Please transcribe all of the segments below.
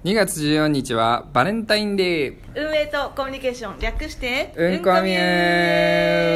2月14日はバレンタインデー。 運営とコミュニケーション略してうんこみゅー。 はい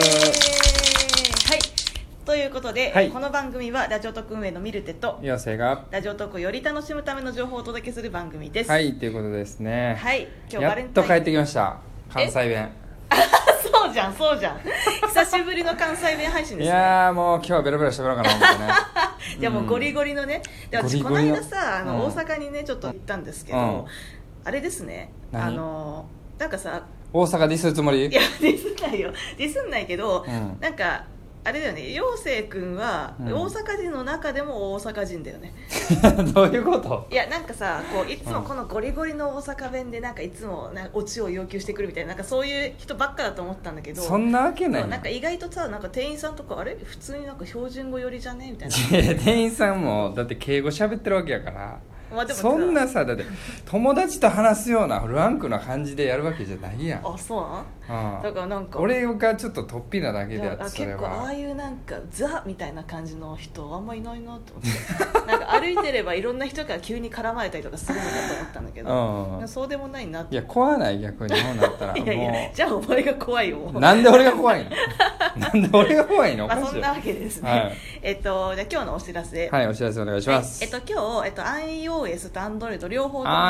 ということで、 はい、 この番組はラジオトーク運営のミルテと妖精がラジオトークをより楽しむための情報をお届けする番組です。 はいということですね。 はい今日やバレンタインっと帰ってきました。関西弁。 そうじゃん久しぶりの関西弁配信ですね。 いやーもう今日はベラベラ喋ろうかな思ってねじゃあもうゴリゴリのね、で私この間さ大阪にねちょっと行ったんですけど、あれですね、なんかさ、 大阪ディスるつもり？ いやディスんないけど、なんかあれだよね、妖精くんは大阪人の中でも大阪人だよねどういうこと？ いやなんかさ、こういつもこのゴリゴリの大阪弁でなんかいつもなんかオチを要求してくるみたいな、なんかそういう人ばっかだと思ったんだけど、 そんなわけない。 なんか意外とさ、なんか店員さんとかあれ普通になんか標準語寄りじゃねみたいな。 いや店員さんもだって敬語喋ってるわけやから、まあ、でもそんなさ、だって友達と話すようなフランクな感じでやるわけじゃないやん。 あ、そうなん？だからなんか俺がちょっと突飛なだけであって、それは結構ああいうなんかザみたいな感じの人あんまいないなと思ってなんか歩いてればいろんな人から急に絡まれたりとかするのかと思ったんだけど、そうでもないなって。 いや怖ない、逆にそうなったらいやいや、じゃあお前が怖いよ。 なんで俺が怖いのなんで俺が怖いの？ まあそんなわけですね、はい、じゃあ今日のお知らせ、 はい、お知らせお願いします。 今日、iOS と Android 両方とも、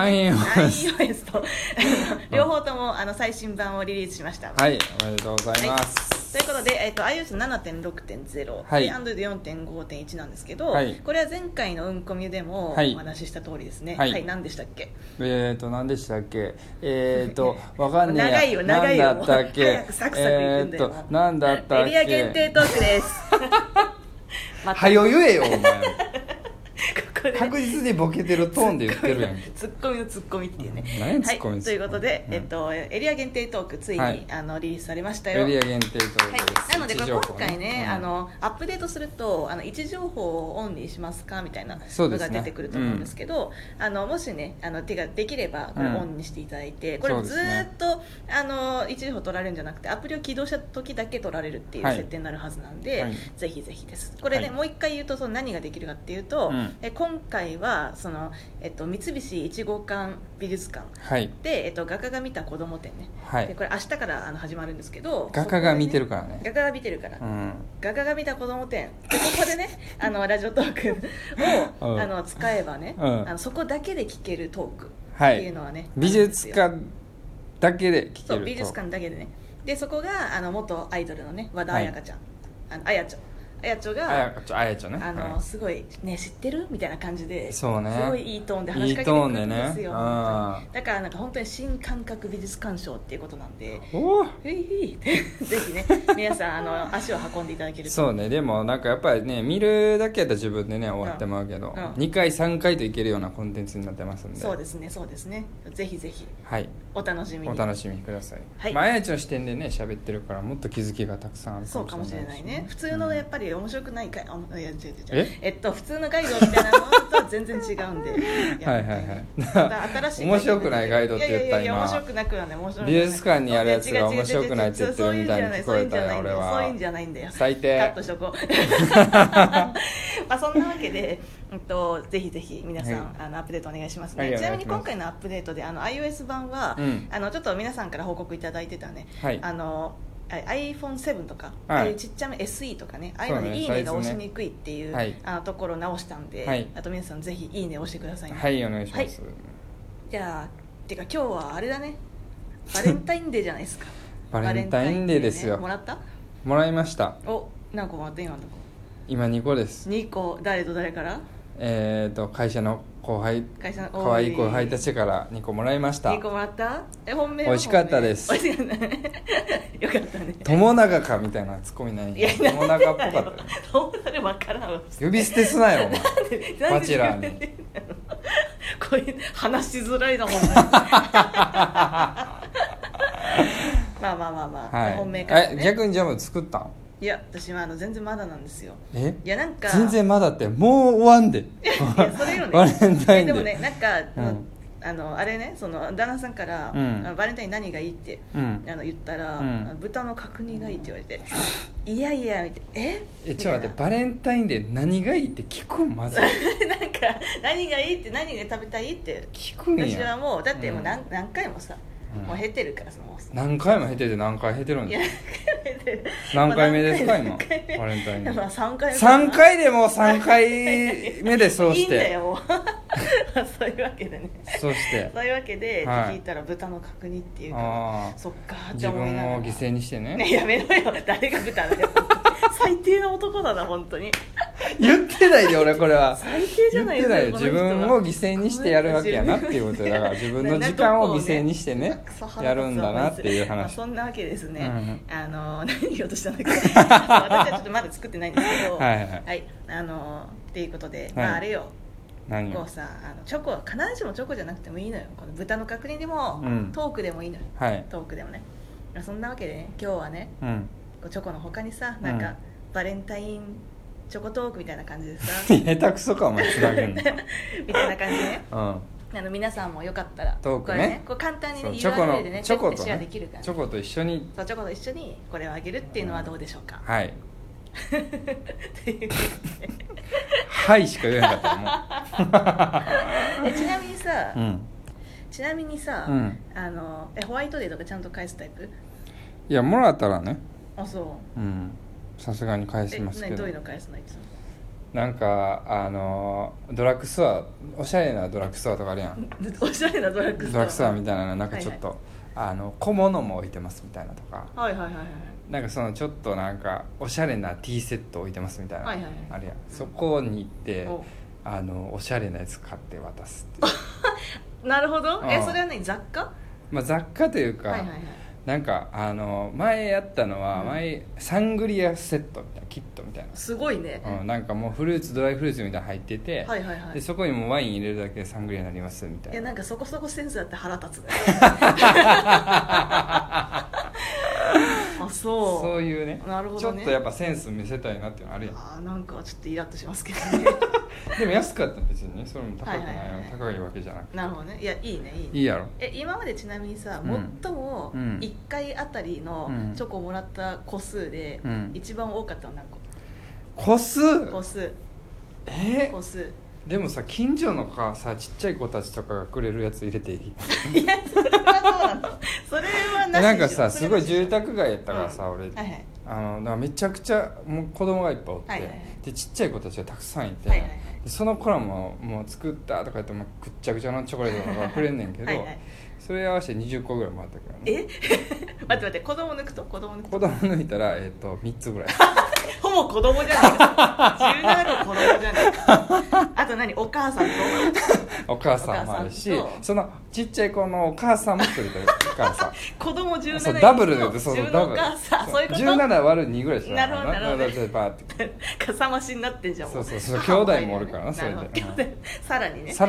iOS と両方とも最新版をリリースしました。 はい、おめでとうございます、 ということで、iOS7.6.0、 はい、 で Android4.5.1 なんですけど、 はい、 これは前回のうんこみゅでもお話しした通りですね。はい、何でしたっけ？ 何でしたっけ？わかんねえや。 長いよ何だったっけ？ 早くサクサクいくんだよ。 何だったっけ？ エリア限定トークですはよ言えよお前確実にボケてるトーンで言ってるやんツッコミのツッコミっていうね。 何ツッコミ、 ということで、エリア限定トークついに、リリースされましたよ。 エリア限定トークです、 なのでこれ今回ね、アップデートすると位置情報をオンにしますかみたいなのが出てくると思うんですけど、もしね手ができればこれオンにしていただいて、これずっと位置情報取られるんじゃなくてアプリを起動した時だけ取られるっていう設定になるはずなんで、ぜひぜひです。これね、もう一回言うとその何ができるかっていうと、今回はその、三菱1号館美術館、で、画家が見た子供展ね、でこれ明日から始まるんですけど、 画家が見てるからね、 画家が見てるから、画家が見た子供展で、ここでねラジオトークを使えばね、そこだけで聞けるトークっていうのはね、 美術館だけで聞けるトーク。 そう美術館だけでね。でそこが元アイドルのね和田彩香ちゃん、あやちょがすごいね知ってるみたいな感じで、 そうね、 すごいいいトーンで話しかけてくるんですよ。だからなんか本当に新感覚美術鑑賞っていうことなんで、ぜひね皆さん足を運んでいただけると。 そうね、でもなんかやっぱりね見るだけやったら自分でね終わってまうけど、2回3回といけるようなコンテンツになってますんで、 そうですねぜひぜひ、お楽しみください。あやちの視点でね喋ってるからもっと気づきがたくさんあるかもしれないね。普通のやっぱり面白くないかい、普通のガイドみたいなのとは全然違うんで新しい面白くないガイドって言った今。 面白くなくはね、 美術館にやるやつが面白くないって言ってるみたいに聞こえたよ俺は。 そういうんじゃないんだよ、 最低。 カットしとこうまあそんなわけで、ぜひぜひ皆さん、アップデートお願いしますね。ちなみに今回のアップデートでiOS 版は、ちょっと皆さんから報告いただいてたね、iPhone7 とか、ちっちゃめ SE とかね、ああいうのにいいねが押しにくいっていうところを直したんで、あと皆さんぜひいいね押してくださいね。 はい、お願いします。 じゃあてか今日はあれだね、バレンタインデーじゃないですかバレンタインデーですよ。 もらった？ もらいました。 何個もらった？ 今2個です。 2個。誰と誰から？ 会社の後輩、可愛い後輩たちから2個もらいました。 2個もらった？本命は？ 美味しかったです。 美味しかったねよかったね。 友永かみたいなツッコミない？友永っぽかった。 友永分からんわ。 呼び捨てすなよお前バチェラーにこれ話しづらいなもんねまあ、本命からね。 逆にじゃあもう作ったん？ いや私は全然まだなんですよ。いやなんか全然まだってもう終わんでいやそれよねバレンタインデーでもねなんか、 あれね、その旦那さんから、バレンタイン何がいいって、言ったら、豚の角煮がいいって言われて、いやいやみたいな、 ちょっと待って、バレンタインで何がいいって聞くんまずなんか何がいいって、何が食べたいって聞くんや。 私はもうだってもう何回もさ、もう減ってるから、その何回も減ってて、何回減ってるんですか？何回目ですか今バレンタインで。 3回目。 3回でもう3回目でそうしていいんだよもうそういうわけでね、 そういうわけで、聞いたら豚の角煮っていうから、そっかって思いながら、 自分を犠牲にしてね。 やめろよ、誰が豚だよ最低な男だな本当に。 言ってないで俺、これは最低じゃないですか。 言ってないよ。自分を犠牲にしてやるわけやなっていうことだから、自分の時間を犠牲にしてねやるんだなっていう話。 そんなわけですね。何言おうとしたんだっけ私はちょっとまだ作ってないんですけど、はいっていうことで、あれよ、こうさ、チョコ必ずしもチョコじゃなくてもいいのよ。この豚の角煮でも、トークでもいいのよ。トークでもね。そんなわけでね、今日はね、チョコの他にさ、なんかバレンタインチョコトークみたいな感じでさ下手くそかお前つなげんのみたいな感じでね、皆さんもよかったらトークね、 これ簡単にね URL でねシェアできるから、 チョコと一緒にチョコと一緒にこれをあげるっていうのはどうでしょうか。 はいっていうはいしか言えなかったもんちなみにさ、ホワイトデーとかちゃんと返すタイプ？ いや、もらったらね。 あ、そう。 さすがに返しますけど。 どういうの返すのいつも？ なんかドラッグストア、おしゃれなドラッグストアとかあるやんおしゃれなドラッグストアみたいな、なんかちょっと、小物も置いてますみたいなとか、なんかそのちょっとなんかおしゃれなティーセット置いてますみたいな、あるやん。そこに行っておしゃれなやつ買って渡すってなるほど。それはね、雑貨？ 雑貨というか、なんか前やったのは、サングリアセットみたいな、キットみたいな、 すごいね、 なんかもうドライフルーツみたいなの入ってて、でそこにもワイン入れるだけでサングリアになりますみたいな。 いや、なんかそこそこセンスだって腹立つねあ、そういうね。 なるほどね。 ちょっとやっぱセンス見せたいなっていうのあるやん。 なんかちょっとイラッとしますけどねでも安かった、別にね、それも高くない、高いわけじゃなくて。 なるほどね。いや、いいね、 いいやろ。 今までちなみにさ、最も1回あたりのチョコをもらった個数で一番多かったの何個？個数でもさ、近所のさ、ちっちゃい子たちとかがくれるやつ入れていい？ いや、それはどうなの？それはなし。 なんかさ、すごい住宅街やったからさ、俺だからめちゃくちゃもう子供がいっぱいおって、でちっちゃい子たちがたくさんいて、でその子らももう作ったとか言ってもくっちゃくちゃのチョコレートとかくれんねんけどそれ合わせて20個ぐらいもらったけどね。 待って、子供抜くと子供抜いたら3つぐらいほぼ子供じゃないか17個子供じゃないかあと何、お母さんとお母さんもあるし、そのちっちゃい子のお母さんもくれたからさ子供17人とダブルで自分のお母さん、そういうこと。 17割る2ぐらいしかなるほど、なるほど。 バーってかさ増しになってんじゃん。 そう兄弟もおるからな、それでさらにね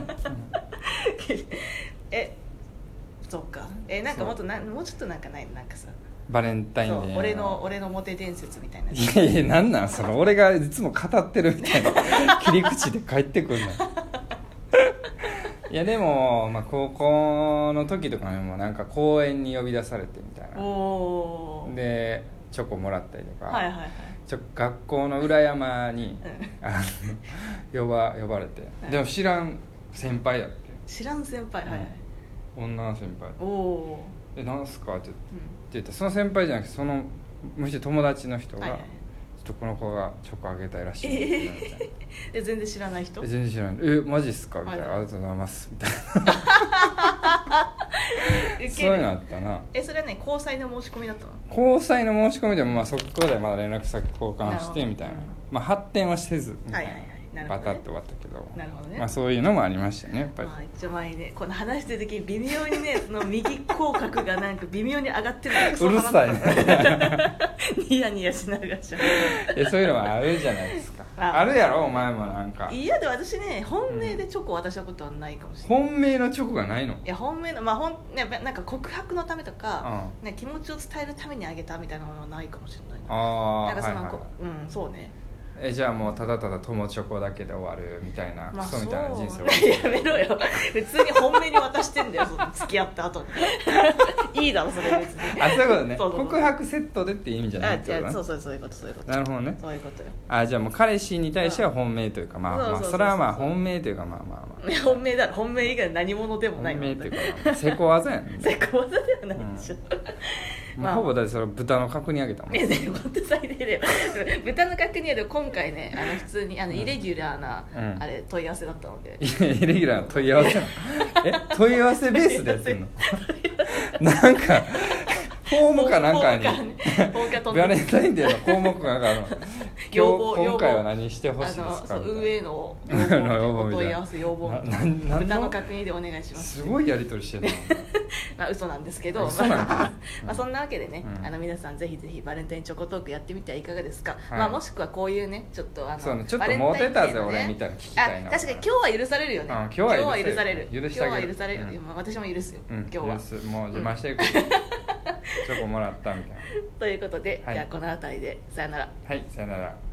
そっか。なんかもうちょっとなんかない、なんかさ、 バレンタインデー、 俺のモテ伝説みたいな。 いやなんなんその俺がいつも語ってるみたいな切り口で帰ってくるのいやでも、高校の時とかにもなんか公園に呼び出されてみたいなでチョコもらったりとか、学校の裏山に呼ばれて、でも知らん先輩やって。 知らん先輩、 女の先輩。なんすかって言って、その先輩じゃなくてそのもう一人友達の人が、ちょっとこの子がチョコあげたいらしいみたいな。 全然知らない人？ 全然知らない。マジっすかみたいな、ありがとうございますみたいなそういうのあったな。 それはね、交際の申し込みだったの？ 交際の申し込みでもそこでまだ連絡先交換してみたいな、発展はせずみたいな、バタッと終わったけど、 なるほどね。 そういうのもありましたね、やっぱり。 一応前にね、この話してる時に微妙にね、その右口角がなんか微妙に上がってるうるさいねニヤニヤしながらしゃべるそういうのはあるじゃないですかあるやろ、お前もなんか。 いや、でも私ね、本命でチョコを渡したことはないかもしれない。 本命のチョコがないの？いや、本命の、なんか告白のためとか、気持ちを伝えるためにあげたみたいなものはないかもしれないな。なんかそのそうね。 じゃあもうただただ友チョコだけで終わるみたいな、 まあクソみたいな人生をやめろよ普通に本命に渡してんだよその付き合った後にいいだろそれ別にそういうことね。 そう告白セットでって意味じゃないってことね。 そういうことなるほどね。 そういうことよ。 じゃあもう彼氏に対しては本命というか、まあそれはまあ本命というか、まあ本命だろ。本命以外何者でもない本命というか、成功技やねん。 成功技ではないでしょ、 まあ、ほぼだってそれ豚の角煮あげたもん。 本当最低だよ豚の角煮はでも今回ね普通にイレギュラーな、あれ問い合わせだったので、 イレギュラーな問い合わせなの問い合わせベースでやってんのなんかフォームかなんかにバレンタインデーの項目があるの今回は何してほしいですか。 運営のお問い合わせ要望豚の角煮でお願いします。 すごいやり取りしてるまあ嘘なんですけど、そんなわけでね、皆さんぜひぜひバレンタインチョコトークやってみてはいかがですか。まあもしくはこういうねちょっとそうね、ちょっとモテたぜ俺みたいな聞きたいな。 確かに今日は許されるよね。今日は許される。今日は許される。私も許すよ。今日はもう自慢していく。チョコもらったみたいな。 ということで、じゃあこの辺りでさよなら。 はい、さよなら。